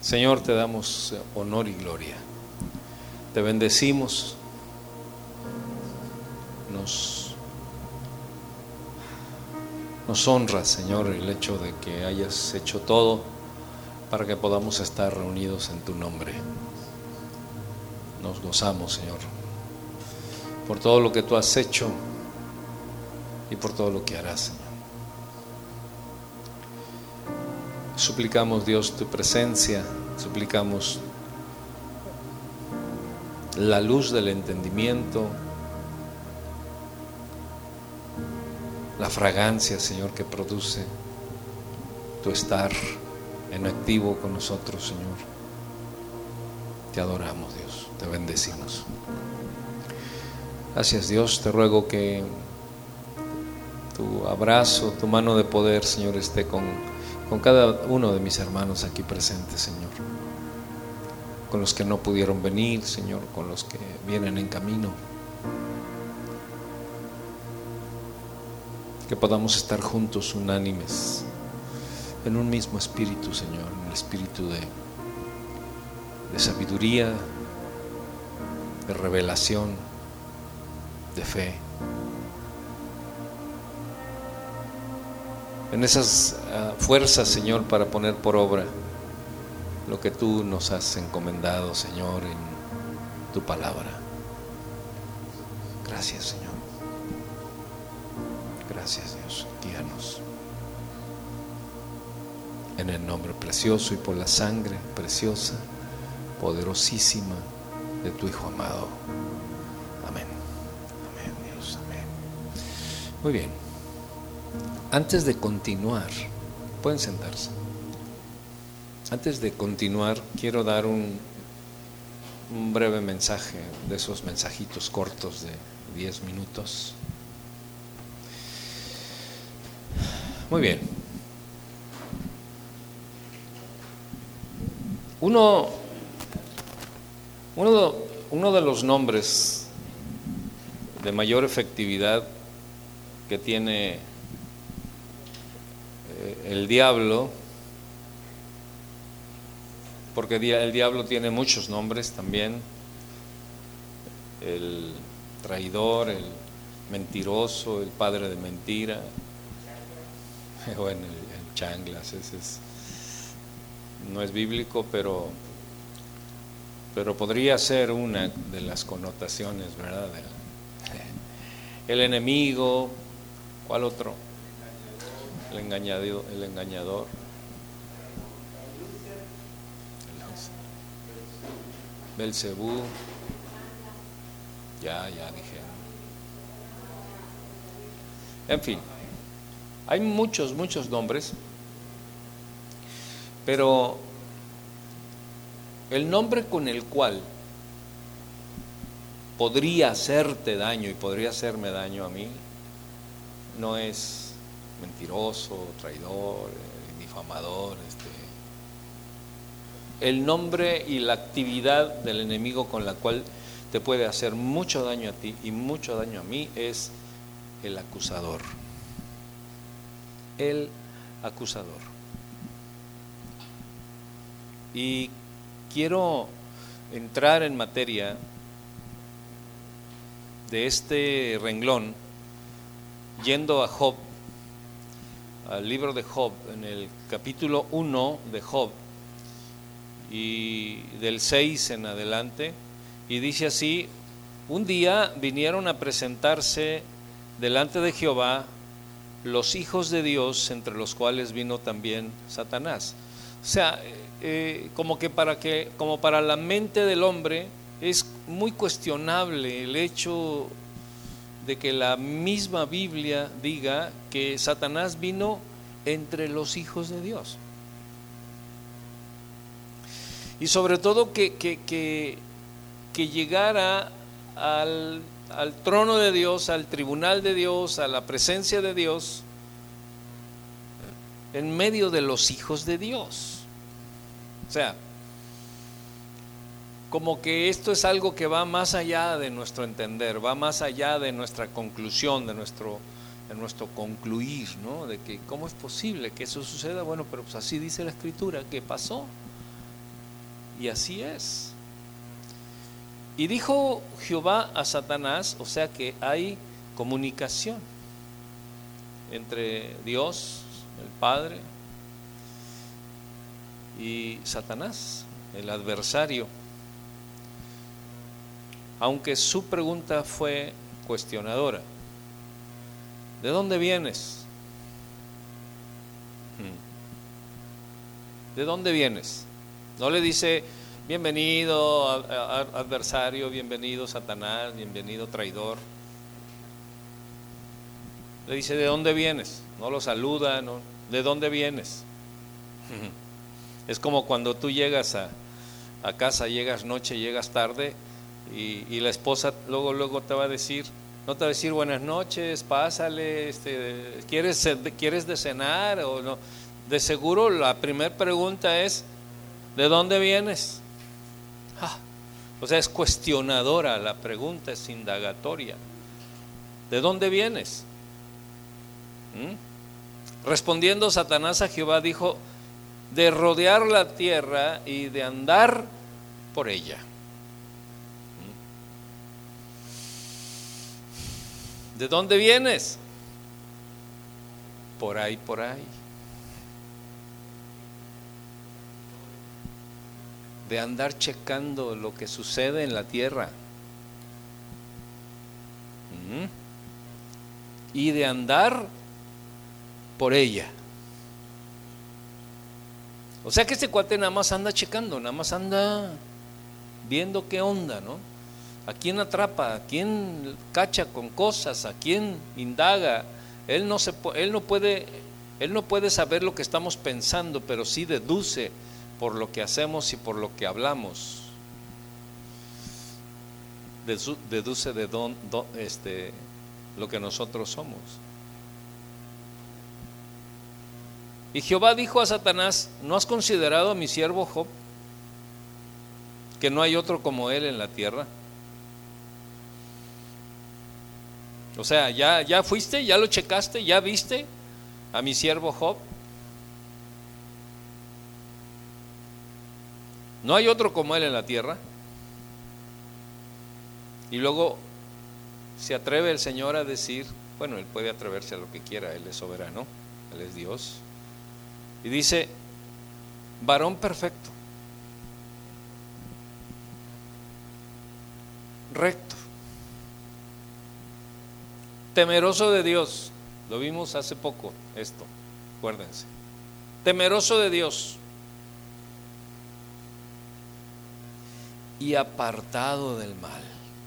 Señor, te damos honor y gloria. Te bendecimos. Nos honra, Señor, el hecho de que hayas hecho todo para que podamos estar reunidos en tu nombre. Nos gozamos, Señor, por todo lo que tú has hecho y por todo lo que harás, Señor. Suplicamos, Dios, tu presencia, suplicamos la luz del entendimiento, la fragancia, Señor, que produce tu estar en activo con nosotros, Señor. Te adoramos, Dios, te bendecimos. Gracias, Dios, te ruego que tu abrazo, tu mano de poder, Señor, esté con cada uno de mis hermanos aquí presentes, Señor. Con los que no pudieron venir, Señor, con los que vienen en camino. Que podamos estar juntos, unánimes, en un mismo espíritu, Señor, en el espíritu de sabiduría, de revelación, de fe. En esas fuerzas, Señor, para poner por obra lo que tú nos has encomendado, Señor, en tu palabra. Gracias, Señor. Gracias, Dios. Guíanos. En el nombre precioso y por la sangre preciosa, poderosísima de tu Hijo amado. Amén. Amén, Dios. Amén. Muy bien. Antes de continuar, pueden sentarse. Antes de continuar, quiero dar un breve mensaje, de esos mensajitos cortos de 10 minutos. Muy bien. Uno de los nombres de mayor efectividad que tiene el diablo, porque el diablo tiene muchos nombres también: el traidor, el mentiroso, el padre de mentira, bueno, el chanclas, ese no es bíblico, pero podría ser una de las connotaciones, ¿verdad? El enemigo. ¿Cuál otro? El engañador. Belcebú. Ya dije. En fin, hay muchos nombres, pero el nombre con el cual podría hacerte daño y podría hacerme daño a mí no es mentiroso, traidor, difamador. El nombre y la actividad del enemigo con la cual te puede hacer mucho daño a ti y mucho daño a mí es el acusador. El acusador. Y quiero entrar en materia de este renglón yendo a Job, al libro de Job, en el capítulo 1 de Job, y del 6 en adelante, y dice así: un día vinieron a presentarse delante de Jehová los hijos de Dios, entre los cuales vino también Satanás. O sea, como para la mente del hombre es muy cuestionable el hecho de que la misma Biblia diga que Satanás vino entre los hijos de Dios. Y sobre todo que llegara al trono de Dios, al tribunal de Dios, a la presencia de Dios, en medio de los hijos de Dios. O sea, como que esto es algo que va más allá de nuestro entender, va más allá de nuestra conclusión, de nuestro concluir, ¿no? De que cómo es posible que eso suceda. Bueno, pero pues así dice la Escritura que pasó. Y así es. Y dijo Jehová a Satanás, o sea que hay comunicación entre Dios, el Padre, y Satanás, el adversario. Aunque su pregunta fue cuestionadora. ¿De dónde vienes? ¿De dónde vienes? No le dice, bienvenido adversario, bienvenido Satanás, bienvenido traidor. Le dice, ¿de dónde vienes? No lo saluda, no. ¿De dónde vienes? Es como cuando tú llegas a casa, llegas noche, llegas tarde, y la esposa luego te va a decir, no te va a decir buenas noches, pásale, ¿quieres de cenar o no? De seguro la primera pregunta es, ¿de dónde vienes? O sea, es cuestionadora la pregunta, es indagatoria. ¿De dónde vienes? Respondiendo Satanás a Jehová dijo, de rodear la tierra y de andar por ella. ¿De dónde vienes? Por ahí. De andar checando lo que sucede en la tierra. Y de andar por ella. O sea que este cuate nada más anda checando, nada más anda viendo qué onda, ¿no? ¿A quién atrapa? ¿A quién cacha con cosas? ¿A quién indaga? Él no puede saber lo que estamos pensando, pero sí deduce por lo que hacemos y por lo que hablamos. Deduce de lo que nosotros somos. Y Jehová dijo a Satanás, ¿no has considerado a mi siervo Job, que no hay otro como él en la tierra? O sea, ya fuiste, ya lo checaste, ya viste a mi siervo Job. No hay otro como él en la tierra. Y luego se atreve el Señor a decir, bueno, él puede atreverse a lo que quiera, él es soberano, él es Dios. Y dice, varón perfecto, recto, temeroso de Dios. Lo vimos hace poco esto, acuérdense. Temeroso de Dios y apartado del mal.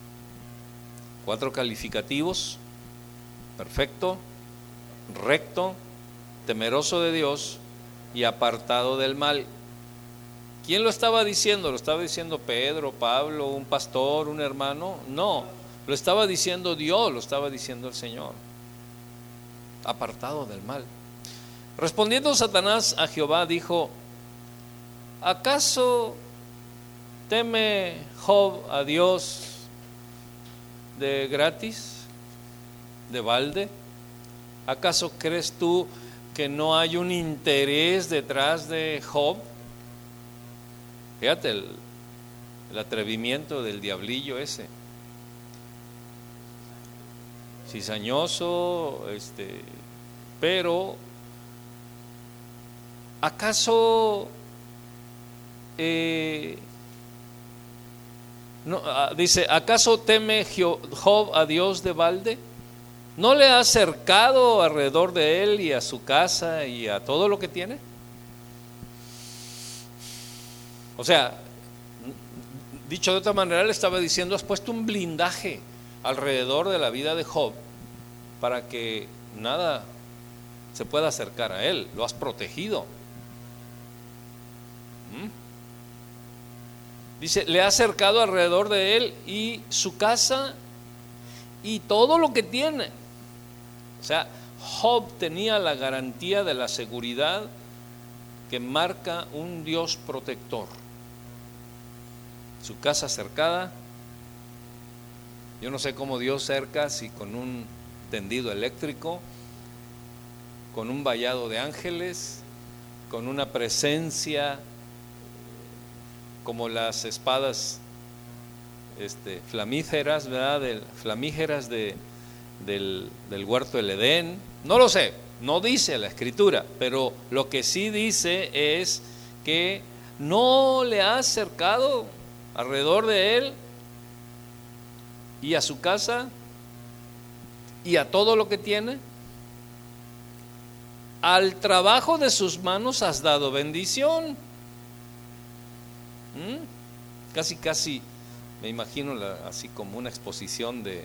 4 calificativos: perfecto, recto, temeroso de Dios y apartado del mal. ¿Quién lo estaba diciendo? ¿Lo estaba diciendo Pedro, Pablo, un pastor, un hermano? No, lo estaba diciendo Dios, lo estaba diciendo el Señor. Apartado del mal. Respondiendo Satanás a Jehová dijo, ¿acaso teme Job a Dios de gratis, de balde? ¿Acaso crees tú que no hay un interés detrás de Job? Fíjate el atrevimiento del diablillo ese, cizañoso, pero ¿acaso dice, ¿acaso teme Job a Dios de balde? ¿No le ha cercado alrededor de él y a su casa y a todo lo que tiene? O sea, dicho de otra manera, le estaba diciendo, has puesto un blindaje alrededor de la vida de Job para que nada se pueda acercar a él, lo has protegido. Dice, le ha cercado alrededor de él y su casa y todo lo que tiene. O sea, Job tenía la garantía de la seguridad que marca un Dios protector. Su casa cercada. Yo no sé cómo Dios cerca, si con un tendido eléctrico, con un vallado de ángeles, con una presencia como las espadas flamígeras, ¿verdad? Flamígeras del huerto del Edén. No lo sé, no dice la Escritura, pero lo que sí dice es que no le ha cercado alrededor de él y a su casa y a todo lo que tiene. Al trabajo de sus manos has dado bendición. Casi me imagino así como una exposición de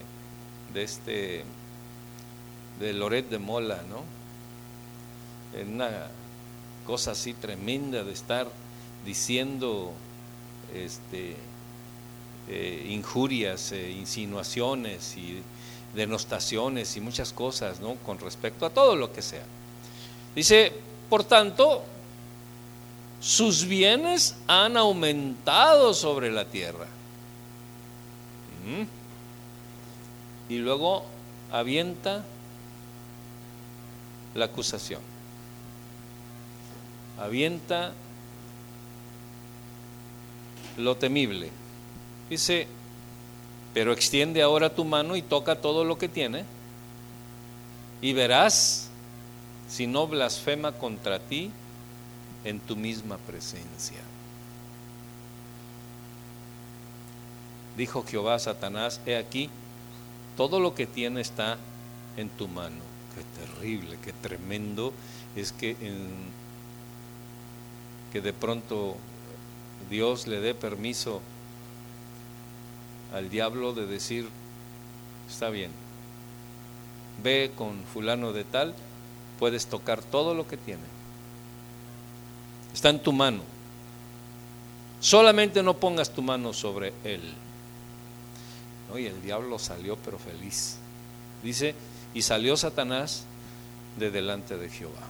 Loret de Mola, ¿no? En una cosa así tremenda de estar diciendo injurias, insinuaciones y denostaciones y muchas cosas, ¿no? Con respecto a todo lo que sea. Dice, por tanto, sus bienes han aumentado sobre la tierra. Y luego avienta la acusación. Avienta lo temible. Dice, pero extiende ahora tu mano y toca todo lo que tiene, y verás si no blasfema contra ti en tu misma presencia. Dijo Jehová a Satanás, he aquí, todo lo que tiene está en tu mano. Qué terrible, qué tremendo es que de pronto Dios le dé permiso al diablo de decir, está bien, ve con fulano de tal, puedes tocar todo lo que tiene, está en tu mano, solamente no pongas tu mano sobre él. ¿No? Y el diablo salió pero feliz. Dice, y salió Satanás de delante de Jehová.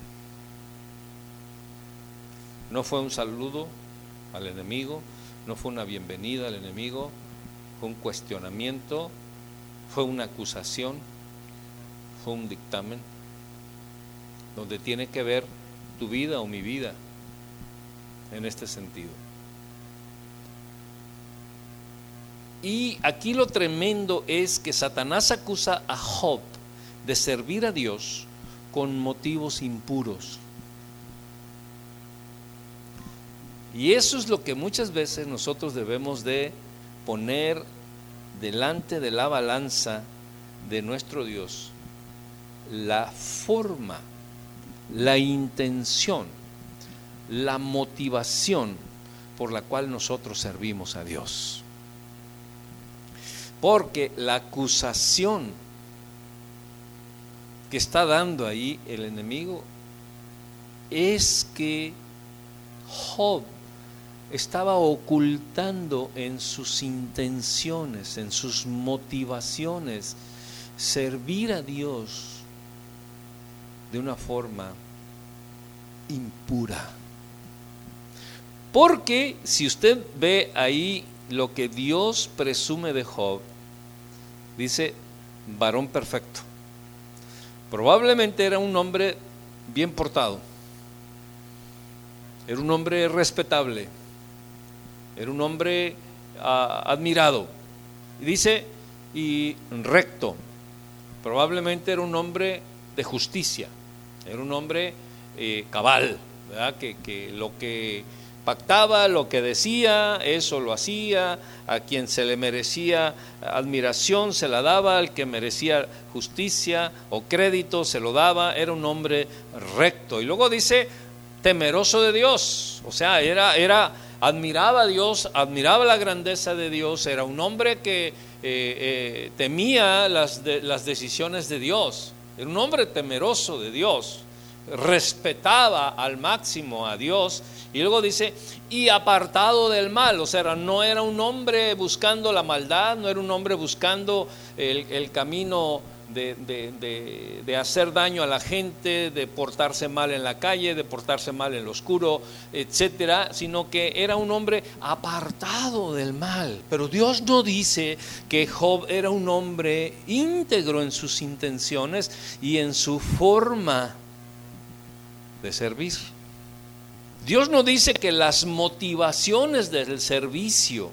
No fue un saludo al enemigo, no fue una bienvenida al enemigo, fue un cuestionamiento, fue una acusación, fue un dictamen donde tiene que ver tu vida o mi vida en este sentido. Y aquí lo tremendo es que Satanás acusa a Job de servir a Dios con motivos impuros. Y eso es lo que muchas veces nosotros debemos de poner delante de la balanza de nuestro Dios. La forma, la intención, la motivación por la cual nosotros servimos a Dios. Porque la acusación que está dando ahí el enemigo es que Job estaba ocultando en sus intenciones, en sus motivaciones, servir a Dios de una forma impura. Porque si usted ve ahí lo que Dios presume de Job, dice varón perfecto. Probablemente era un hombre bien portado, era un hombre respetable, era un hombre admirado. Y dice, y recto. Probablemente era un hombre de justicia, era un hombre cabal, ¿verdad? Que lo que pactaba, lo que decía, eso lo hacía. A quien se le merecía admiración se la daba, al que merecía justicia o crédito se lo daba. Era un hombre recto. Y luego dice temeroso de Dios, o sea, admiraba a Dios, admiraba la grandeza de Dios. Era un hombre que temía las decisiones de Dios. Era un hombre temeroso de Dios, respetaba al máximo a Dios. Y luego dice, y apartado del mal, o sea, no era un hombre buscando la maldad, no era un hombre buscando el camino de hacer daño a la gente, de portarse mal en la calle, de portarse mal en lo oscuro, etcétera, sino que era un hombre apartado del mal. Pero Dios no dice que Job era un hombre íntegro en sus intenciones y en su forma de servir. Dios no dice que las motivaciones del servicio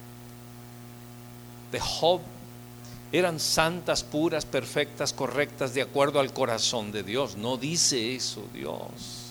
de Job eran santas, puras, perfectas, correctas, de acuerdo al corazón de Dios. No dice eso Dios.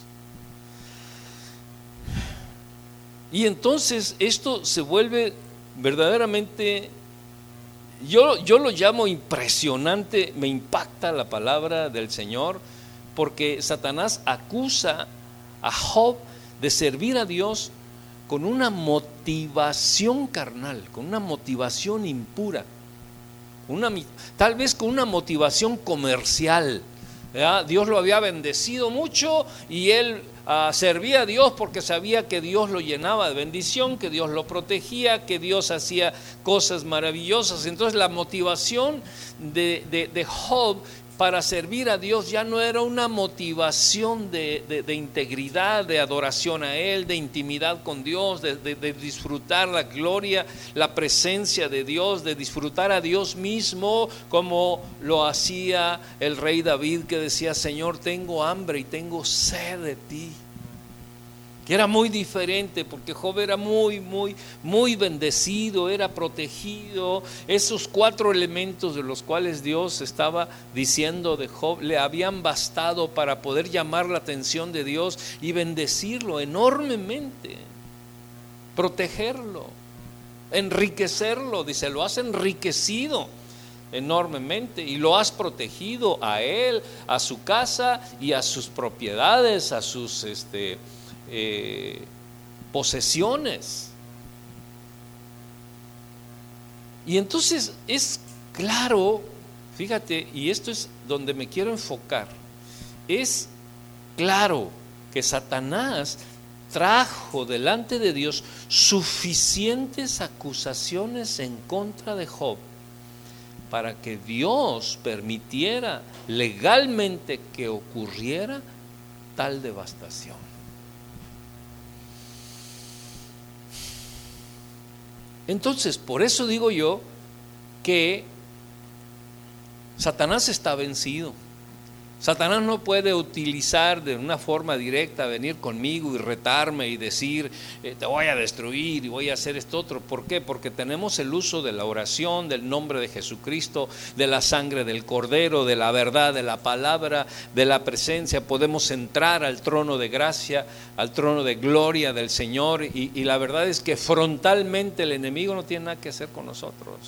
Y entonces esto se vuelve verdaderamente, yo lo llamo impresionante, me impacta la palabra del Señor, porque Satanás acusa a Job de servir a Dios con una motivación carnal, con una motivación impura, tal vez con una motivación comercial. ¿Verdad? Dios lo había bendecido mucho y él servía a Dios porque sabía que Dios lo llenaba de bendición, que Dios lo protegía, que Dios hacía cosas maravillosas. Entonces la motivación de Job para servir a Dios ya no era una motivación de integridad, de adoración a Él, de intimidad con Dios, de disfrutar la gloria, la presencia de Dios, de disfrutar a Dios mismo, como lo hacía el rey David, que decía: Señor, tengo hambre y tengo sed de ti. Que era muy diferente, porque Job era muy bendecido, era protegido. Esos 4 elementos de los cuales Dios estaba diciendo de Job le habían bastado para poder llamar la atención de Dios y bendecirlo enormemente, protegerlo, enriquecerlo. Dice: lo has enriquecido enormemente y lo has protegido a él, a su casa y a sus propiedades, a sus posesiones. Y entonces es claro, fíjate, y esto es donde me quiero enfocar, es claro que Satanás trajo delante de Dios suficientes acusaciones en contra de Job para que Dios permitiera legalmente que ocurriera tal devastación. Entonces, por eso digo yo que Satanás está vencido. Satanás no puede utilizar de una forma directa, venir conmigo y retarme y decir: te voy a destruir y voy a hacer esto otro. ¿Por qué? Porque tenemos el uso de la oración, del nombre de Jesucristo, de la sangre del Cordero, de la verdad, de la palabra, de la presencia. Podemos entrar al trono de gracia, al trono de gloria del Señor, y la verdad es que frontalmente el enemigo no tiene nada que hacer con nosotros.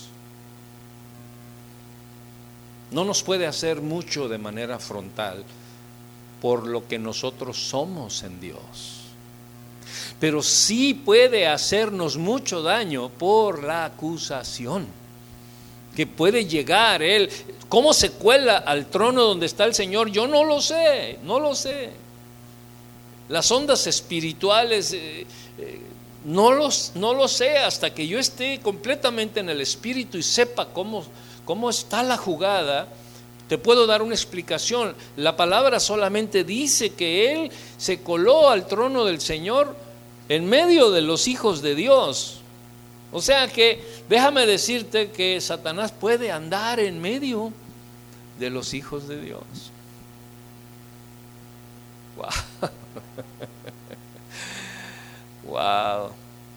No nos puede hacer mucho de manera frontal por lo que nosotros somos en Dios, pero sí puede hacernos mucho daño por la acusación que puede llegar él. ¿Cómo se cuela al trono donde está el Señor? Yo no lo sé. Las ondas espirituales no lo sé hasta que yo esté completamente en el Espíritu y sepa cómo está la jugada. Te puedo dar una explicación. La palabra solamente dice que él se coló al trono del Señor en medio de los hijos de Dios. O sea que déjame decirte que Satanás puede andar en medio de los hijos de Dios. Wow. Wow.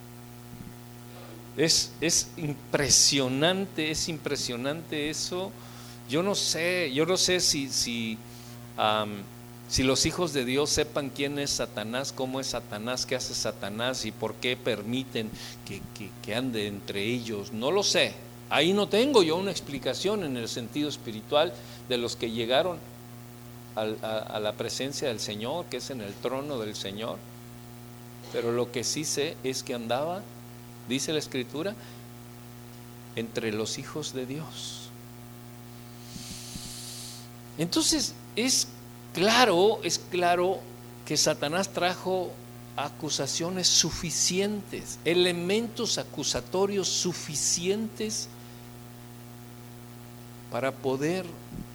Es impresionante eso. Yo no sé si los hijos de Dios sepan quién es Satanás, cómo es Satanás, qué hace Satanás y por qué permiten que ande entre ellos. No lo sé. Ahí no tengo yo una explicación en el sentido espiritual de los que llegaron a la presencia del Señor, que es en el trono del Señor. Pero lo que sí sé es que andaba, dice la Escritura, entre los hijos de Dios. Entonces es claro que Satanás trajo acusaciones suficientes, elementos acusatorios suficientes para poder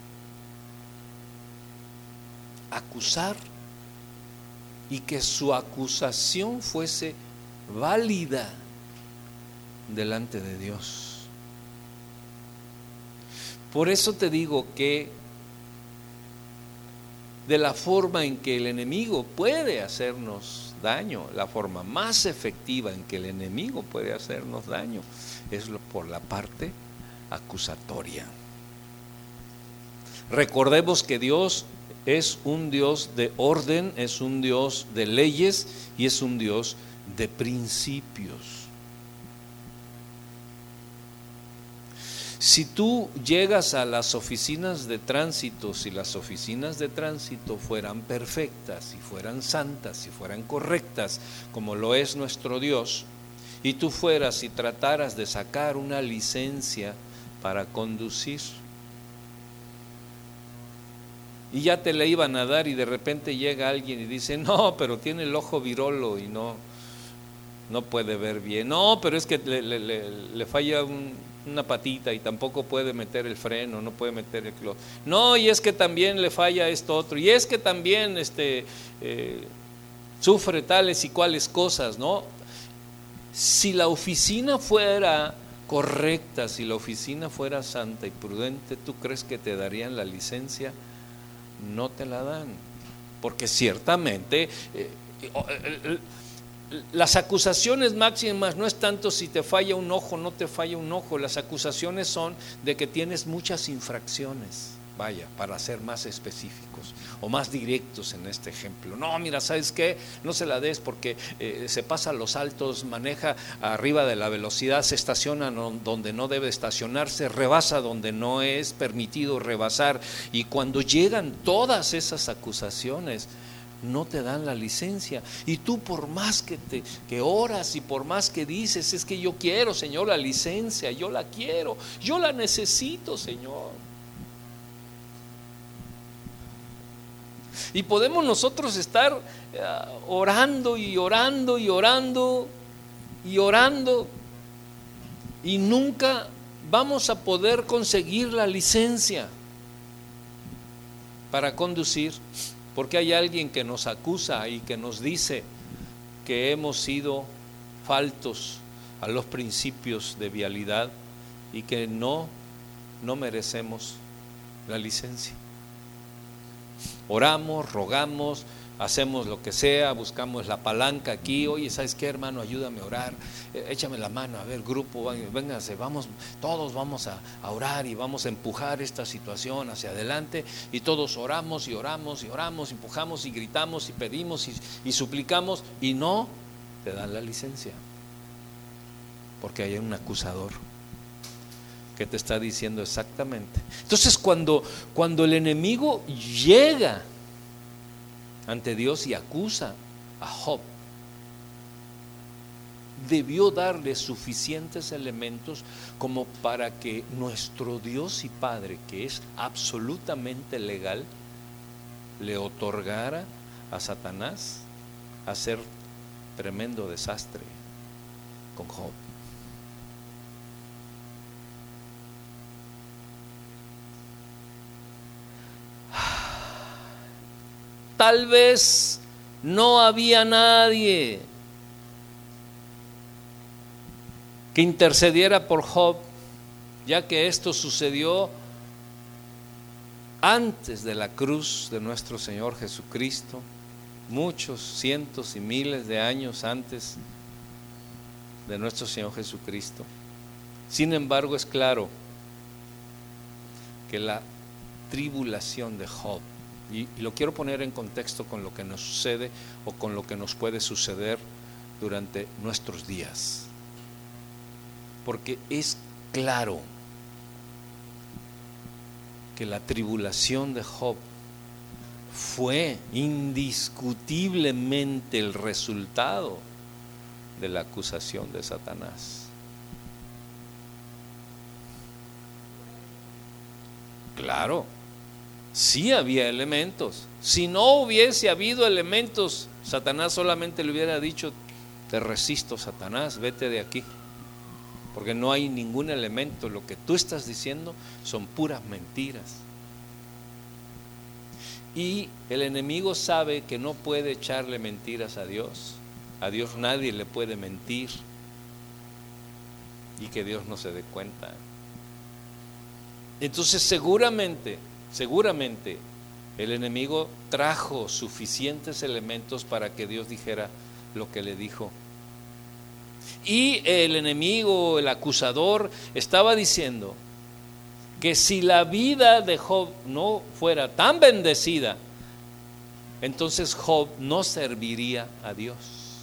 acusar y que su acusación fuese válida delante de Dios. Por eso te digo que de la forma en que el enemigo puede hacernos daño. La forma más efectiva en que el enemigo puede hacernos daño es por la parte acusatoria. Recordemos que Dios es un Dios de orden, es un Dios de leyes y es un Dios de principios. Si tú llegas a las oficinas de tránsito, si las oficinas de tránsito fueran perfectas, si fueran santas, si fueran correctas, como lo es nuestro Dios, y tú fueras y trataras de sacar una licencia para conducir, y ya te la iban a dar y de repente llega alguien y dice, no, pero tiene el ojo virolo y no puede ver bien, no, pero es que le falla una patita y tampoco puede meter el freno, no puede meter el clon. No, y es que también le falla esto otro, y es que también sufre tales y cuales cosas, ¿no? Si la oficina fuera correcta, si la oficina fuera santa y prudente, ¿tú crees que te darían la licencia? No te la dan, porque ciertamente las acusaciones máximas no es tanto si te falla un ojo o no te falla un ojo, las acusaciones son de que tienes muchas infracciones, vaya, para ser más específicos o más directos en este ejemplo. No, mira, ¿sabes qué? No se la des porque se pasa los altos, maneja arriba de la velocidad, se estaciona donde no debe estacionarse, rebasa donde no es permitido rebasar, y cuando llegan todas esas acusaciones, no te dan la licencia, y tú por más que oras y por más que dices, es que yo quiero, Señor, la licencia, yo la quiero, yo la necesito, Señor. Y podemos nosotros estar orando y orando y orando y orando, y nunca vamos a poder conseguir la licencia para conducir, porque hay alguien que nos acusa y que nos dice que hemos sido faltos a los principios de vialidad y que no merecemos la licencia. Oramos, rogamos, hacemos lo que sea, buscamos la palanca aquí. Oye, ¿sabes qué, hermano? Ayúdame a orar, échame la mano, a ver, grupo, vénganse, vamos, todos vamos a orar y vamos a empujar esta situación hacia adelante, y todos oramos y oramos y oramos, empujamos y gritamos y pedimos y suplicamos, y no te dan la licencia, porque hay un acusador que te está diciendo exactamente. Entonces cuando el enemigo llega ante Dios y acusa a Job, debió darle suficientes elementos como para que nuestro Dios y Padre, que es absolutamente legal, le otorgara a Satanás hacer tremendo desastre con Job. Tal vez no había nadie que intercediera por Job, ya que esto sucedió antes de la cruz de nuestro Señor Jesucristo, muchos cientos y miles de años antes de nuestro Señor Jesucristo. Sin embargo, es claro que la tribulación de Job, y lo quiero poner en contexto con lo que nos sucede o con lo que nos puede suceder durante nuestros días, porque es claro que la tribulación de Job fue indiscutiblemente el resultado de la acusación de Satanás. Claro, sí había elementos. Si no hubiese habido elementos, Satanás solamente le hubiera dicho: te resisto, Satanás, vete de aquí, porque no hay ningún elemento. Lo que tú estás diciendo son puras mentiras. Y el enemigo sabe que no puede echarle mentiras a Dios. A Dios nadie le puede mentir y que Dios no se dé cuenta. Entonces seguramente El enemigo trajo suficientes elementos para que Dios dijera lo que le dijo. Y el enemigo, el acusador, estaba diciendo que si la vida de Job no fuera tan bendecida, entonces Job no serviría a Dios.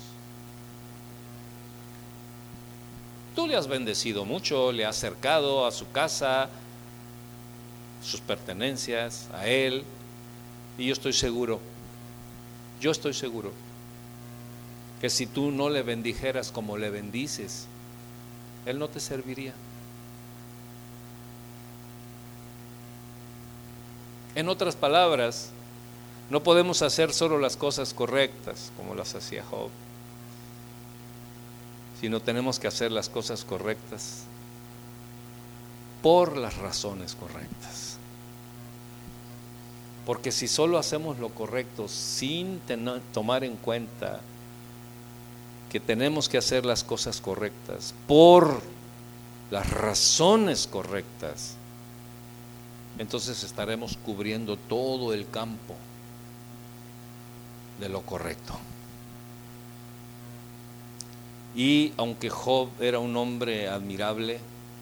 Tú le has bendecido mucho, le has acercado a su casa, sus pertenencias, a él, y yo estoy seguro que si tú no le bendijeras como le bendices, él no te serviría. En otras palabras, no podemos hacer solo las cosas correctas como las hacía Job, sino tenemos que hacer las cosas correctas por las razones correctas. Porque si solo hacemos lo correcto sin tomar en cuenta que tenemos que hacer las cosas correctas por las razones correctas, entonces estaremos cubriendo todo el campo de lo correcto. Y aunque Job era un hombre admirable,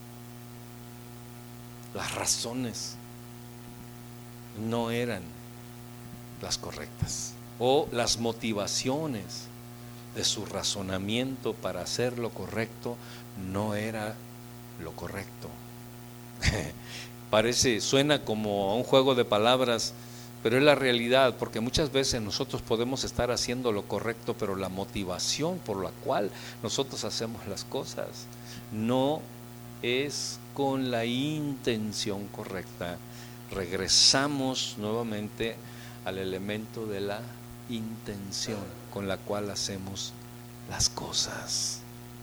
las razones no eran las correctas, o las motivaciones de su razonamiento para hacer lo correcto no era lo correcto. Suena como a un juego de palabras, pero es la realidad, porque muchas veces nosotros podemos estar haciendo lo correcto, pero la motivación por la cual nosotros hacemos las cosas no es con la intención correcta. Regresamos nuevamente al elemento de la intención con la cual hacemos las cosas.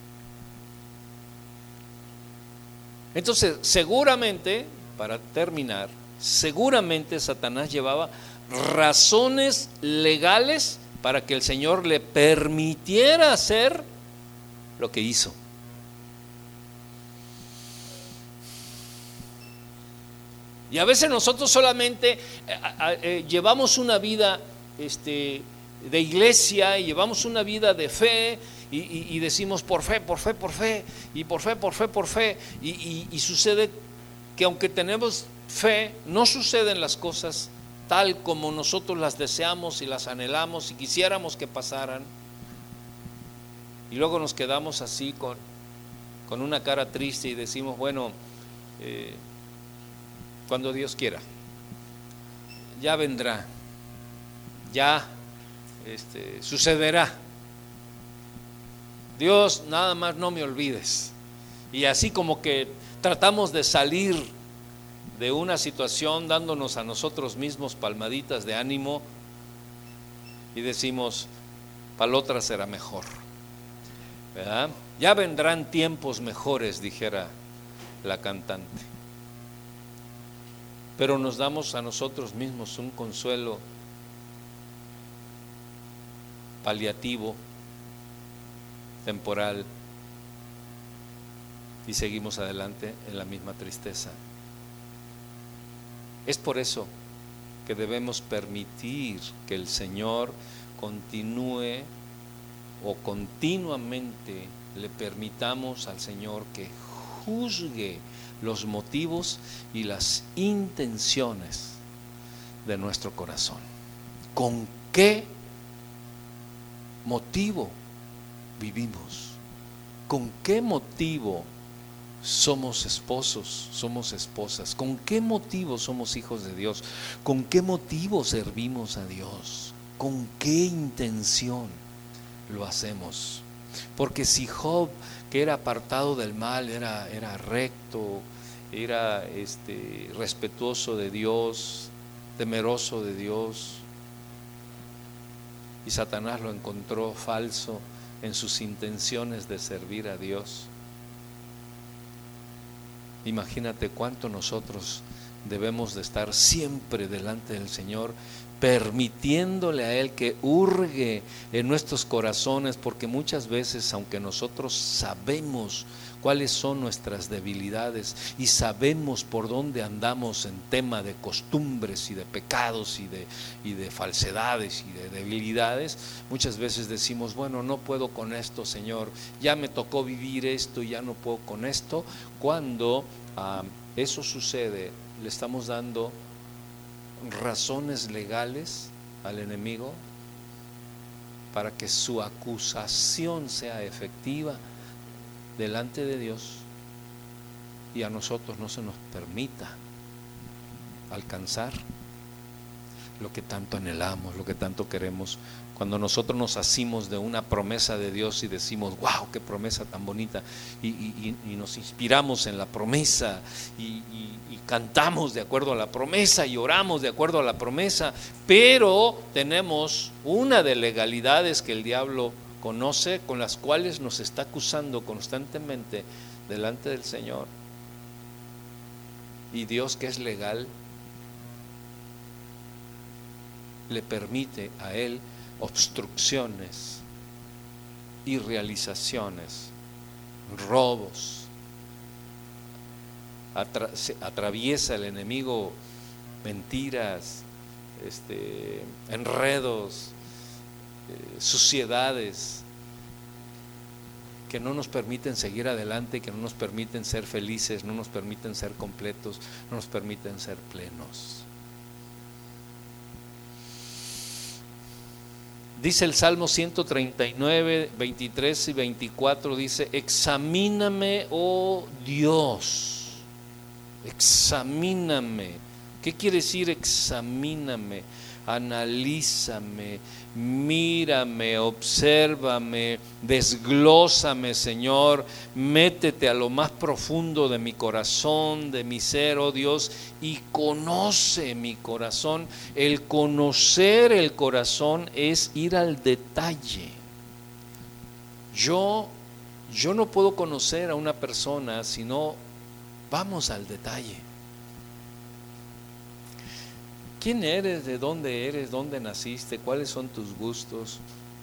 Entonces, seguramente, para terminar, seguramente Satanás llevaba razones legales para que el Señor le permitiera hacer lo que hizo. Y a veces nosotros solamente llevamos una vida de iglesia, y llevamos una vida de fe, y decimos por fe, y sucede que aunque tenemos fe, no suceden las cosas tal como nosotros las deseamos y las anhelamos y quisiéramos que pasaran, y luego nos quedamos así con una cara triste y decimos, bueno, cuando Dios quiera, ya vendrá, ya sucederá. Dios, nada más no me olvides. Y así como que tratamos de salir de una situación dándonos a nosotros mismos palmaditas de ánimo y decimos, para la otra será mejor, ¿verdad? Ya vendrán tiempos mejores, dijera la cantante. Pero nos damos a nosotros mismos un consuelo paliativo, temporal, y seguimos adelante en la misma tristeza. Es por eso que debemos permitir que el Señor continúe, o continuamente le permitamos al Señor que juzgue los motivos y las intenciones de nuestro corazón. ¿Con qué motivo vivimos? ¿Con qué motivo somos esposos, somos esposas? ¿Con qué motivo somos hijos de Dios? ¿Con qué motivo servimos a Dios? ¿Con qué intención lo hacemos? Porque si Job, que era apartado del mal, era recto, era respetuoso de Dios, temeroso de Dios, y Satanás lo encontró falso en sus intenciones de servir a Dios, imagínate cuánto nosotros debemos de estar siempre delante del Señor permitiéndole a Él que hurgue en nuestros corazones, porque muchas veces, aunque nosotros sabemos cuáles son nuestras debilidades y sabemos por dónde andamos en tema de costumbres y de pecados y de falsedades y de debilidades, muchas veces decimos, bueno, no puedo con esto, Señor, ya me tocó vivir esto y ya no puedo con esto. Cuando eso sucede, le estamos dando razones legales al enemigo para que su acusación sea efectiva delante de Dios y a nosotros no se nos permita alcanzar lo que tanto anhelamos, lo que tanto queremos. Cuando nosotros nos asimos de una promesa de Dios y decimos, wow, qué promesa tan bonita, y nos inspiramos en la promesa y cantamos de acuerdo a la promesa y oramos de acuerdo a la promesa, pero tenemos una de legalidades que el diablo conoce, con las cuales nos está acusando constantemente delante del Señor. Y Dios, que es legal, le permite a Él obstrucciones, irrealizaciones, robos. Atraviesa el enemigo mentiras, enredos, suciedades que no nos permiten seguir adelante, que no nos permiten ser felices, no nos permiten ser completos, no nos permiten ser plenos. Dice el Salmo 139, 23 y 24, dice, examíname, oh Dios, examíname. ¿Qué quiere decir examíname? Analízame, mírame, obsérvame, desglósame, Señor, métete a lo más profundo de mi corazón, de mi ser, oh Dios, y conoce mi corazón. El conocer el corazón es ir al detalle. Yo no puedo conocer a una persona si no vamos al detalle. ¿Quién eres? ¿De dónde eres? ¿Dónde naciste? ¿Cuáles son tus gustos?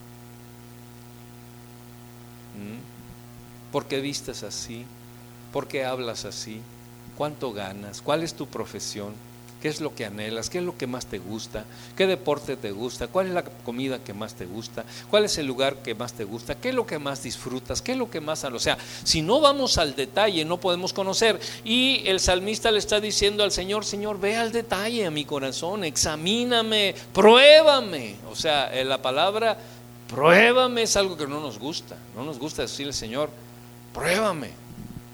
¿Por qué vistes así? ¿Por qué hablas así? ¿Cuánto ganas? ¿Cuál es tu profesión? ¿Qué es lo que anhelas? ¿Qué es lo que más te gusta? ¿Qué deporte te gusta? ¿Cuál es la comida que más te gusta? ¿Cuál es el lugar que más te gusta? ¿Qué es lo que más disfrutas? ¿Qué es lo que más? O sea, si no vamos al detalle, no podemos conocer. Y el salmista le está diciendo al Señor, Señor, ve al detalle a mi corazón, examíname, pruébame. O sea, la palabra pruébame es algo que no nos gusta. No nos gusta decirle, Señor, pruébame.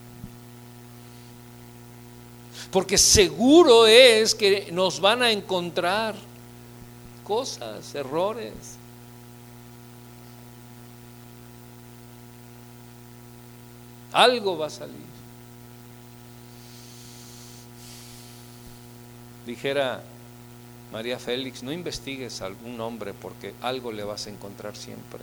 Porque seguro es que nos van a encontrar cosas, errores. Algo va a salir. Dijera María Félix, no investigues a algún hombre porque algo le vas a encontrar siempre.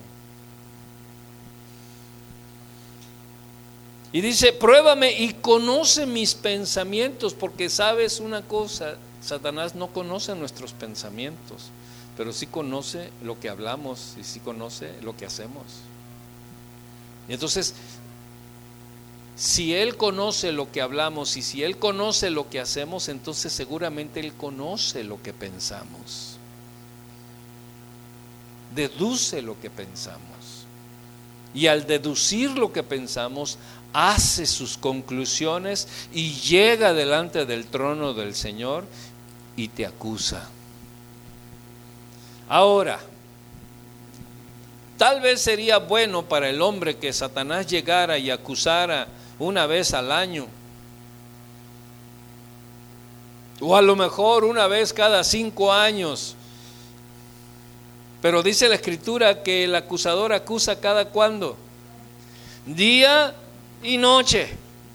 Y dice, pruébame y conoce mis pensamientos, porque sabes una cosa, Satanás no conoce nuestros pensamientos, pero sí conoce lo que hablamos y sí conoce lo que hacemos. Y entonces, si él conoce lo que hablamos y si él conoce lo que hacemos, entonces seguramente él conoce lo que pensamos. Deduce lo que pensamos. Y al deducir lo que pensamos, hace sus conclusiones y llega delante del trono del Señor y te acusa. Ahora, tal vez sería bueno para el hombre que Satanás llegara y acusara una vez al año, o a lo mejor una vez cada 5 años. Pero dice la Escritura que el acusador acusa cada cuándo, día y noche.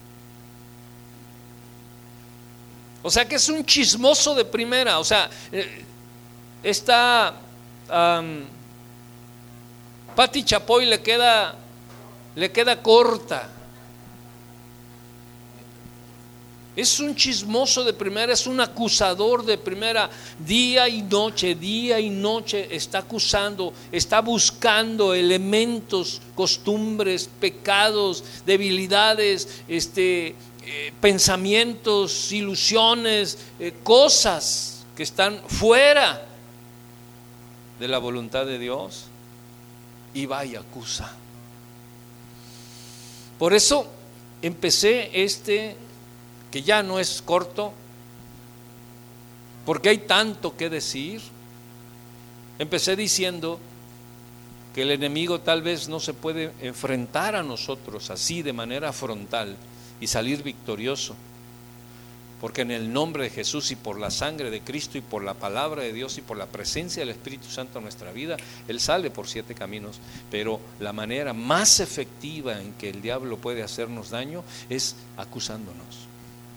O sea que es un chismoso de primera. O sea, esta Pati Chapoy le queda corta. Es un chismoso de primera, es un acusador de primera. Día y noche está acusando, está buscando elementos, costumbres, pecados, debilidades, pensamientos, ilusiones, cosas que están fuera de la voluntad de Dios, y va y acusa. Por eso empecé que ya no es corto, porque hay tanto que decir. Empecé diciendo que el enemigo tal vez no se puede enfrentar a nosotros así de manera frontal y salir victorioso, porque en el nombre de Jesús y por la sangre de Cristo y por la palabra de Dios y por la presencia del Espíritu Santo en nuestra vida, Él sale por 7 caminos. Pero la manera más efectiva en que el diablo puede hacernos daño es acusándonos.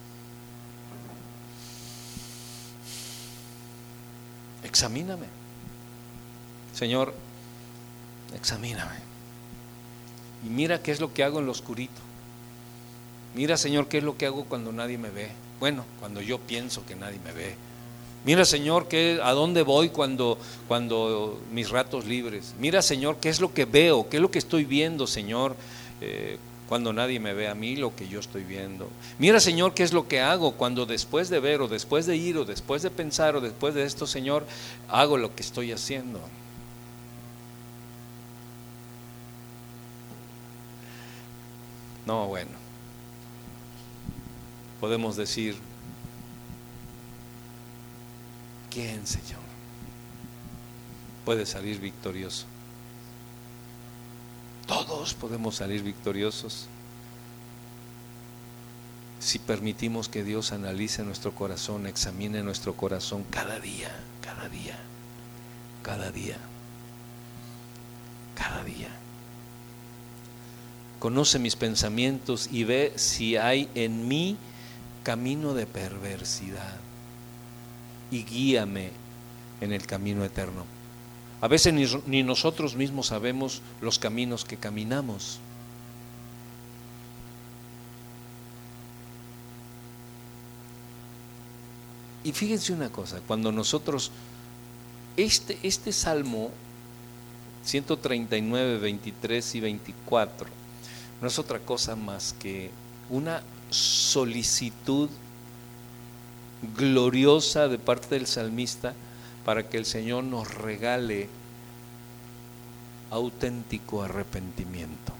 Examíname, Señor, examíname y mira qué es lo que hago en lo oscurito. Mira, Señor, qué es lo que hago cuando nadie me ve. Bueno, cuando yo pienso que nadie me ve. Mira, Señor, a dónde voy cuando mis ratos libres. Mira, Señor, qué es lo que veo, qué es lo que estoy viendo, Señor, cuando nadie me ve a mí lo que yo estoy viendo. Mira, Señor, qué es lo que hago cuando después de ver o después de ir o después de pensar o después de esto, Señor, hago lo que estoy haciendo. No, bueno, podemos decir, ¿quién, Señor, puede salir victorioso? Todos podemos salir victoriosos si permitimos que Dios analice nuestro corazón, examine nuestro corazón cada día, cada día, cada día, cada día. Conoce mis pensamientos y ve si hay en mí camino de perversidad y guíame en el camino eterno. A veces ni nosotros mismos sabemos los caminos que caminamos. Y fíjense una cosa, cuando nosotros, este Salmo 139, 23 y 24, no es otra cosa más que una solicitud gloriosa de parte del salmista para que el Señor nos regale auténtico arrepentimiento.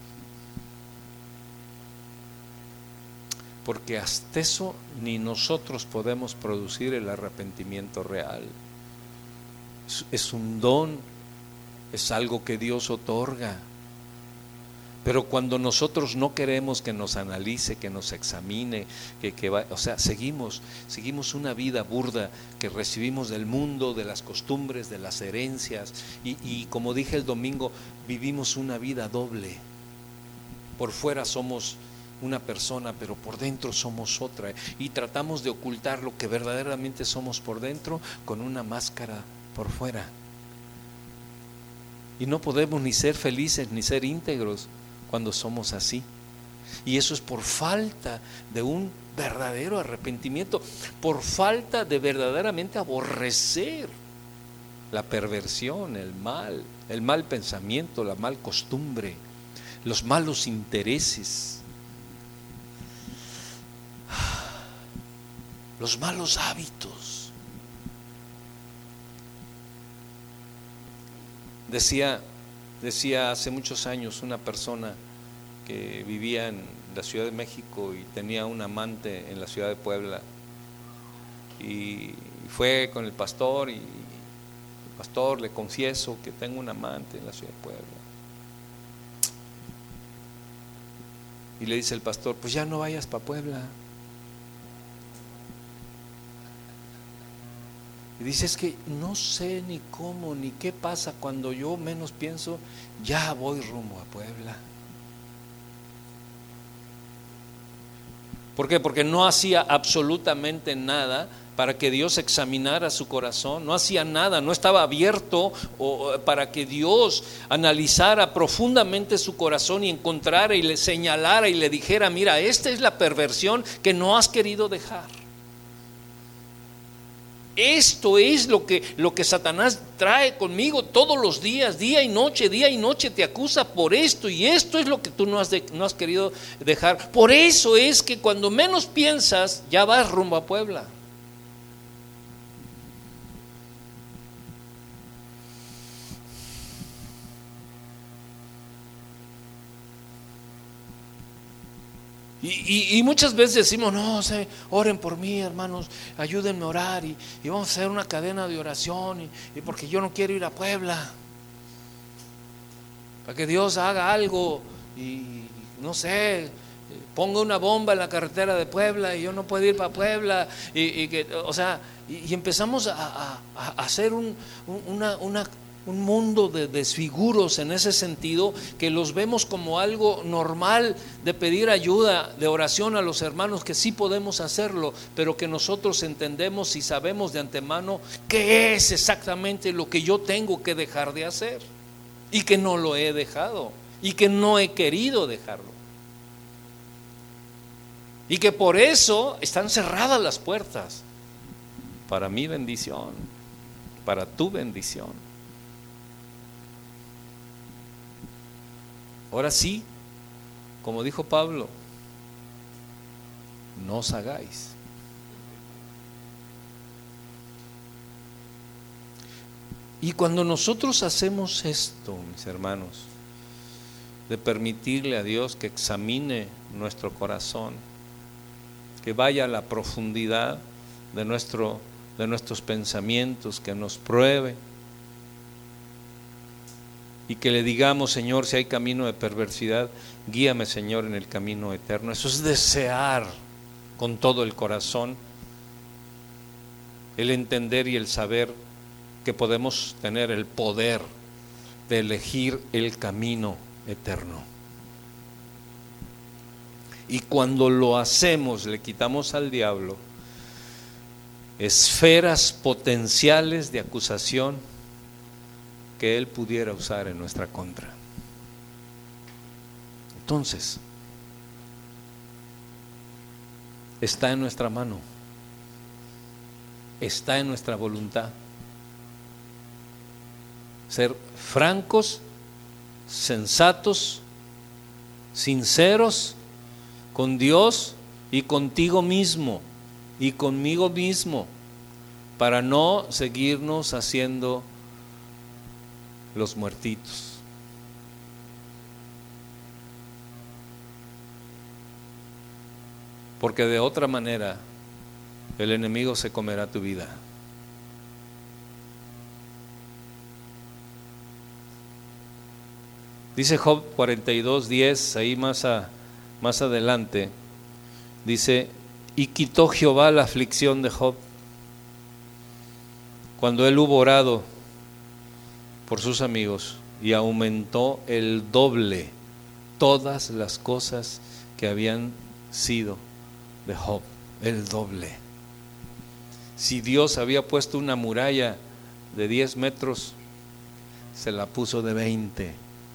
Porque hasta eso ni nosotros podemos producir el arrepentimiento real. Es un don, es algo que Dios otorga. Pero cuando nosotros no queremos que nos analice, que nos examine, seguimos una vida burda que recibimos del mundo, de las costumbres, de las herencias, y como dije el domingo, vivimos una vida doble. Por fuera somos una persona, pero por dentro somos otra, y tratamos de ocultar lo que verdaderamente somos por dentro con una máscara por fuera. Y no podemos ni ser felices ni ser íntegros cuando somos así, y eso es por falta de un verdadero arrepentimiento, por falta de verdaderamente aborrecer la perversión, el mal pensamiento, la mal costumbre, los malos intereses, los malos hábitos. Decía hace muchos años una persona que vivía en la Ciudad de México y tenía un amante en la ciudad de Puebla, y fue con el pastor, y el pastor, le confieso que tengo un amante en la ciudad de Puebla. Y le dice el pastor, pues ya no vayas para Puebla. Y dice, es que no sé ni cómo ni qué pasa, cuando yo menos pienso, ya voy rumbo a Puebla. ¿Por qué? Porque no hacía absolutamente nada para que Dios examinara su corazón. No hacía nada, no estaba abierto para que Dios analizara profundamente su corazón y encontrara y le señalara y le dijera: mira, esta es la perversión que no has querido dejar. Esto es lo que Satanás trae conmigo todos los días, día y noche te acusa por esto, y esto es lo que tú no has querido dejar. Por eso es que cuando menos piensas ya vas rumbo a Puebla. Y muchas veces decimos: no, oren por mí, hermanos, ayúdenme a orar, y vamos a hacer una cadena de oración, y porque yo no quiero ir a Puebla, para que Dios haga algo, y no sé, ponga una bomba en la carretera de Puebla y yo no puedo ir para Puebla, y empezamos a hacer un mundo de desfiguros en ese sentido, que los vemos como algo normal de pedir ayuda, de oración a los hermanos, que sí podemos hacerlo, pero que nosotros entendemos y sabemos de antemano qué es exactamente lo que yo tengo que dejar de hacer, y que no lo he dejado, y que no he querido dejarlo, y que por eso están cerradas las puertas para mi bendición, para tu bendición. Ahora sí, como dijo Pablo, no os hagáis. Y cuando nosotros hacemos esto, mis hermanos, de permitirle a Dios que examine nuestro corazón, que vaya a la profundidad de nuestros pensamientos, que nos pruebe, y que le digamos: Señor, si hay camino de perversidad, guíame, Señor, en el camino eterno. Eso es desear con todo el corazón, el entender y el saber que podemos tener el poder de elegir el camino eterno. Y cuando lo hacemos, le quitamos al diablo esferas potenciales de acusación que él pudiera usar en nuestra contra. Entonces, está en nuestra mano, está en nuestra voluntad ser francos, sensatos, sinceros con Dios y contigo mismo y conmigo mismo, para no seguirnos haciendo los muertitos. Porque de otra manera el enemigo se comerá tu vida. Dice Job 42:10, ahí más adelante, dice: y quitó Jehová la aflicción de Job cuando él hubo orado por sus amigos, y aumentó el doble todas las cosas que habían sido de Job, el doble. Si Dios había puesto una muralla de 10 metros, se la puso de 20.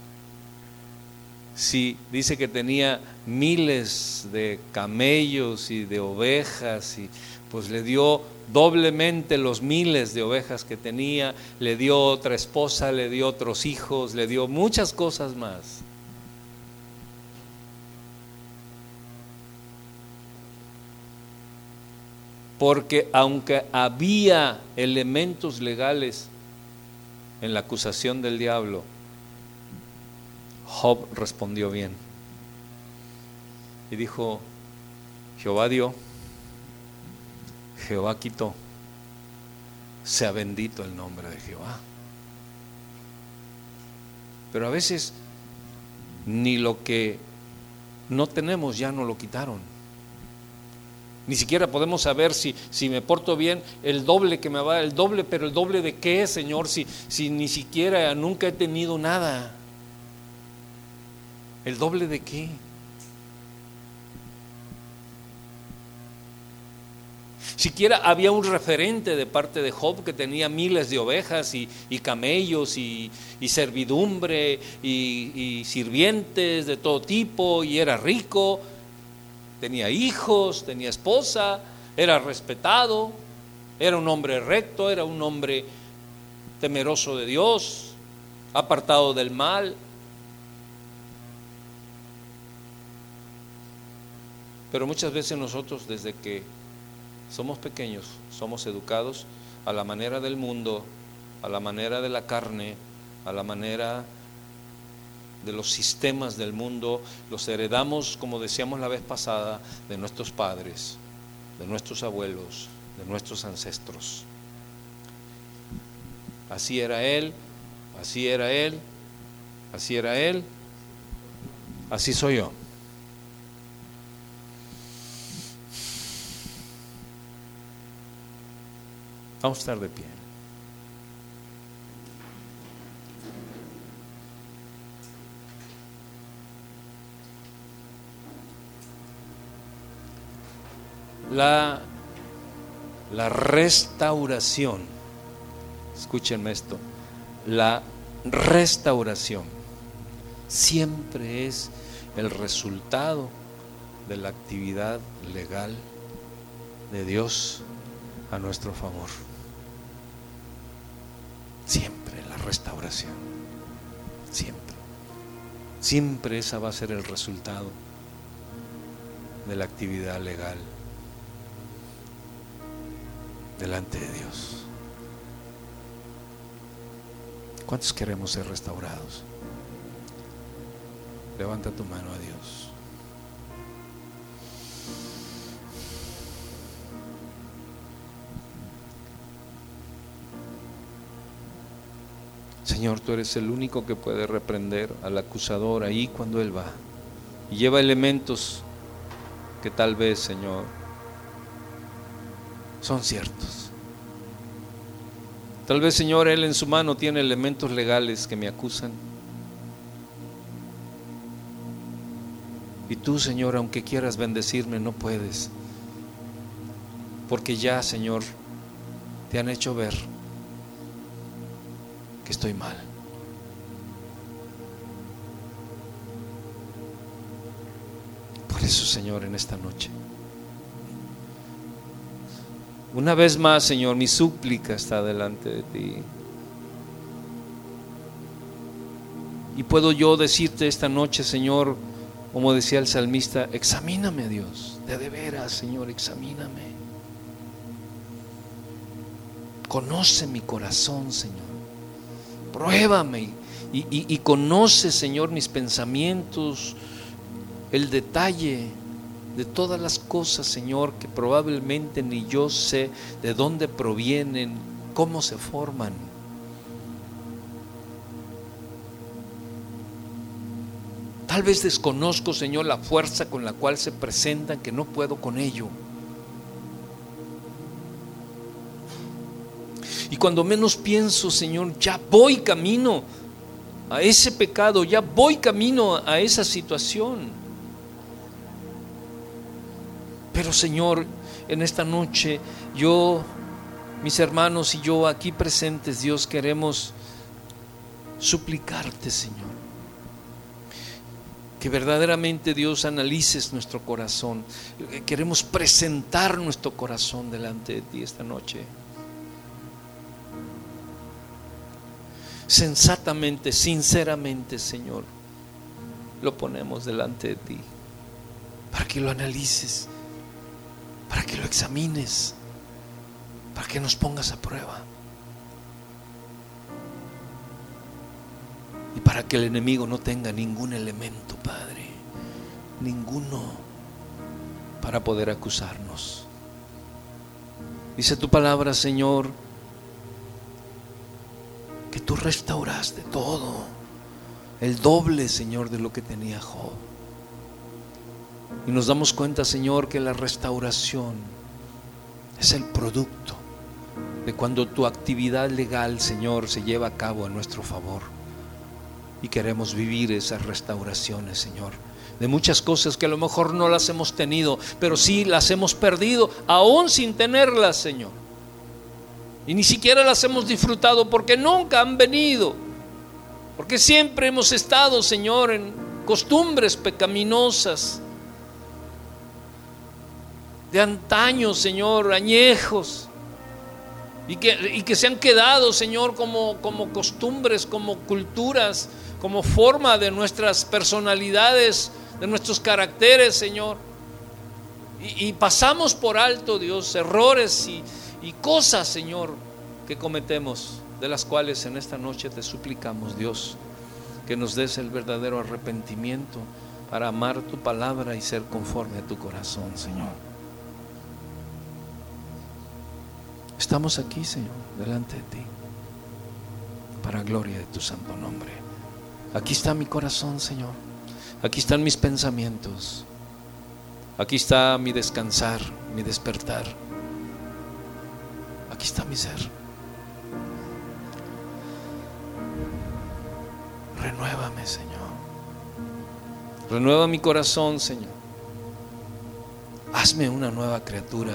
Si dice que tenía miles de camellos y de ovejas, y pues le dio doblemente los miles de ovejas que tenía, le dio otra esposa, le dio otros hijos, le dio muchas cosas más. Porque aunque había elementos legales en la acusación del diablo, Job respondió bien y dijo: Jehová dio, Jehová quitó, sea bendito el nombre de Jehová. Pero a veces ni lo que no tenemos ya no lo quitaron. Ni siquiera podemos saber si me porto bien, el doble que me va, el doble, pero el doble de qué, Señor, si ni siquiera nunca he tenido nada. ¿El doble de qué? Siquiera había un referente de parte de Job que tenía miles de ovejas y camellos y servidumbre y sirvientes de todo tipo, y era rico, tenía hijos, tenía esposa, era respetado, era un hombre recto, era un hombre temeroso de Dios, apartado del mal. Pero muchas veces nosotros, desde que somos pequeños, somos educados a la manera del mundo, a la manera de la carne, a la manera de los sistemas del mundo. Los heredamos, como decíamos la vez pasada, de nuestros padres, de nuestros abuelos, de nuestros ancestros. Así era él, así era él, así era él, así soy yo. Vamos a estar de pie. La restauración, escúchenme esto, la restauración siempre es el resultado de la actividad legal de Dios a nuestro favor. Siempre la restauración, siempre esa va a ser el resultado de la actividad legal delante de Dios. ¿Cuántos queremos ser restaurados? Levanta tu mano a Dios. Señor, tú eres el único que puede reprender al acusador ahí cuando él va y lleva elementos que tal vez, Señor, son ciertos. Tal vez, Señor, él en su mano tiene elementos legales que me acusan. Y tú, Señor, aunque quieras bendecirme, no puedes, porque ya, Señor, te han hecho ver que estoy mal. Por eso, Señor, en esta noche, una vez más, Señor, mi súplica está delante de ti. Y puedo yo decirte esta noche, Señor, como decía el salmista, examíname, Dios, de veras, Señor, examíname. Conoce mi corazón, Señor. Pruébame y conoce, Señor, mis pensamientos, el detalle de todas las cosas, Señor, que probablemente ni yo sé de dónde provienen, cómo se forman. Tal vez desconozco, Señor, la fuerza con la cual se presentan, que no puedo con ello. Y cuando menos pienso, Señor, ya voy camino a ese pecado, ya voy camino a esa situación. Pero, Señor, en esta noche yo, mis hermanos y yo aquí presentes, Dios, queremos suplicarte, Señor, que verdaderamente, Dios, analices nuestro corazón. Queremos presentar nuestro corazón delante de ti esta noche. Sensatamente, sinceramente, Señor, lo ponemos delante de ti para que lo analices, para que lo examines, para que nos pongas a prueba y para que el enemigo no tenga ningún elemento, Padre, ninguno, para poder acusarnos. Dice tu palabra, Señor, que tú restauraste todo, el doble, Señor, de lo que tenía Job. Y nos damos cuenta, Señor, que la restauración es el producto de cuando tu actividad legal, Señor, se lleva a cabo a nuestro favor. Y queremos vivir esas restauraciones, Señor, de muchas cosas que a lo mejor no las hemos tenido, pero sí las hemos perdido, aún sin tenerlas, Señor. Y ni siquiera las hemos disfrutado porque nunca han venido, porque siempre hemos estado, Señor, en costumbres pecaminosas de antaño, Señor, añejos, y que se han quedado, Señor, como costumbres, como culturas, como forma de nuestras personalidades, de nuestros caracteres, Señor. Y pasamos por alto, Dios, errores y cosas, Señor, que cometemos, de las cuales en esta noche te suplicamos, Dios, que nos des el verdadero arrepentimiento para amar tu palabra y ser conforme a tu corazón, Señor. Estamos aquí, Señor, delante de ti, para gloria de tu santo nombre. Aquí está mi corazón, Señor. Aquí están mis pensamientos. Aquí está mi descansar, mi despertar. Aquí está mi ser. Renuévame, Señor. Renueva mi corazón, Señor. Hazme una nueva criatura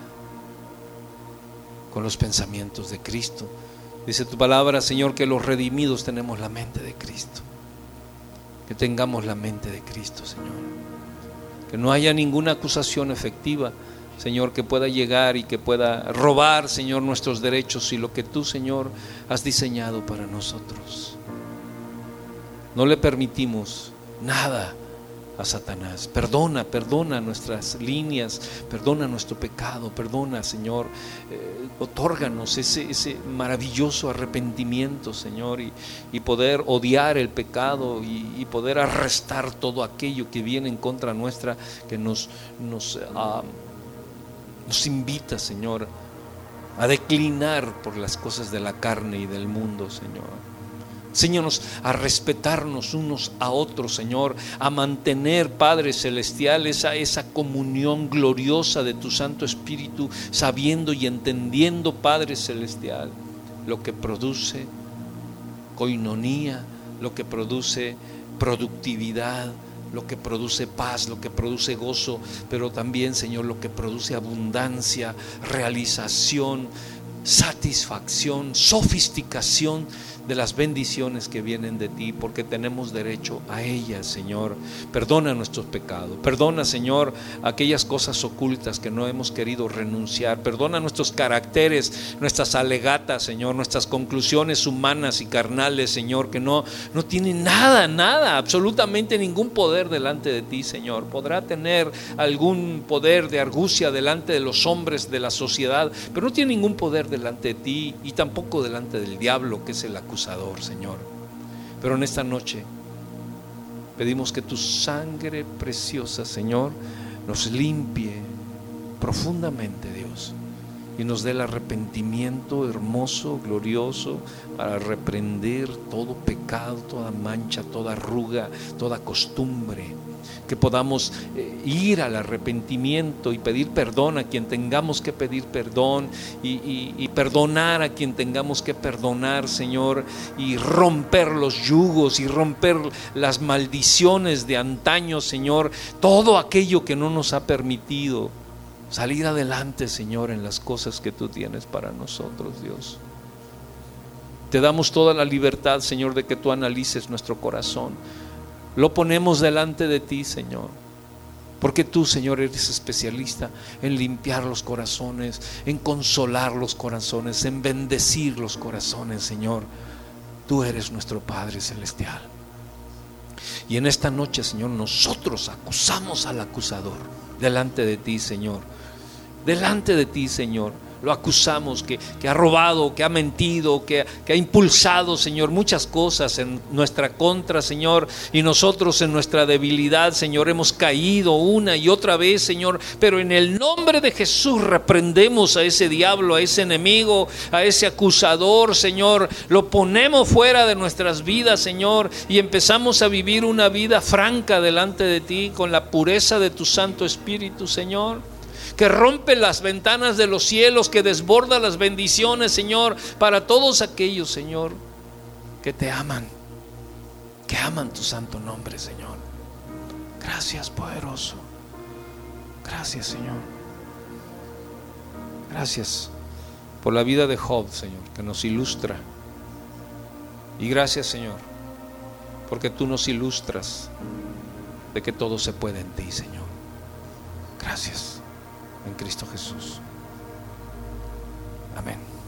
con los pensamientos de Cristo. Dice tu palabra, Señor, que los redimidos tenemos la mente de Cristo. Que tengamos la mente de Cristo, Señor. Que no haya ninguna acusación efectiva, Señor, que pueda llegar y que pueda robar, Señor, nuestros derechos y lo que tú, Señor, has diseñado para nosotros. No le permitimos nada a Satanás. Perdona nuestras líneas, perdona nuestro pecado, perdona, Señor, otórganos ese maravilloso arrepentimiento, Señor, y poder odiar el pecado y poder arrestar todo aquello que viene en contra nuestra, que nos invita, Señor, a declinar por las cosas de la carne y del mundo, Señor. Enséñanos a respetarnos unos a otros, Señor, a mantener, Padre Celestial, esa comunión gloriosa de tu Santo Espíritu, sabiendo y entendiendo, Padre Celestial, lo que produce coinonía, lo que produce productividad, lo que produce paz, lo que produce gozo, pero también, Señor, lo que produce abundancia, realización, satisfacción, sofisticación de las bendiciones que vienen de ti, porque tenemos derecho a ellas, Señor. Perdona nuestros pecados, perdona, Señor, aquellas cosas ocultas que no hemos querido renunciar, perdona nuestros caracteres, nuestras alegatas, Señor, nuestras conclusiones humanas y carnales, Señor, que no tienen nada, absolutamente ningún poder delante de ti, Señor. Podrá tener algún poder de argucia delante de los hombres de la sociedad, pero no tiene ningún poder delante de ti y tampoco delante del diablo, que es el acusador, Señor. Pero en esta noche pedimos que tu sangre preciosa, Señor, nos limpie profundamente, Dios, y nos dé el arrepentimiento hermoso, glorioso, para reprender todo pecado, toda mancha, toda arruga, toda costumbre. Que podamos ir al arrepentimiento y pedir perdón a quien tengamos que pedir perdón, y perdonar a quien tengamos que perdonar, Señor, y romper los yugos y romper las maldiciones de antaño, Señor, todo aquello que no nos ha permitido salir adelante, Señor, en las cosas que tú tienes para nosotros, Dios. Te damos toda la libertad, Señor, de que tú analices nuestro corazón. Lo ponemos delante de ti, Señor, porque tú, Señor, eres especialista en limpiar los corazones, en consolar los corazones, en bendecir los corazones, Señor. Tú eres nuestro Padre Celestial. Y en esta noche, Señor, nosotros acusamos al acusador delante de ti, Señor. Delante de ti, Señor. Lo acusamos que ha robado, que ha mentido, que ha impulsado, Señor, muchas cosas en nuestra contra, Señor. Y nosotros en nuestra debilidad, Señor, hemos caído una y otra vez, Señor. Pero en el nombre de Jesús reprendemos a ese diablo, a ese enemigo, a ese acusador, Señor. Lo ponemos fuera de nuestras vidas, Señor, y empezamos a vivir una vida franca delante de ti, con la pureza de tu Santo Espíritu, Señor, que rompe las ventanas de los cielos, que desborda las bendiciones, Señor, para todos aquellos, Señor, que te aman, que aman tu santo nombre, Señor. Gracias, poderoso. Gracias, Señor. Gracias por la vida de Job, Señor, que nos ilustra. Y gracias, Señor, porque tú nos ilustras de que todo se puede en ti, Señor. Gracias, en Cristo Jesús. Amén.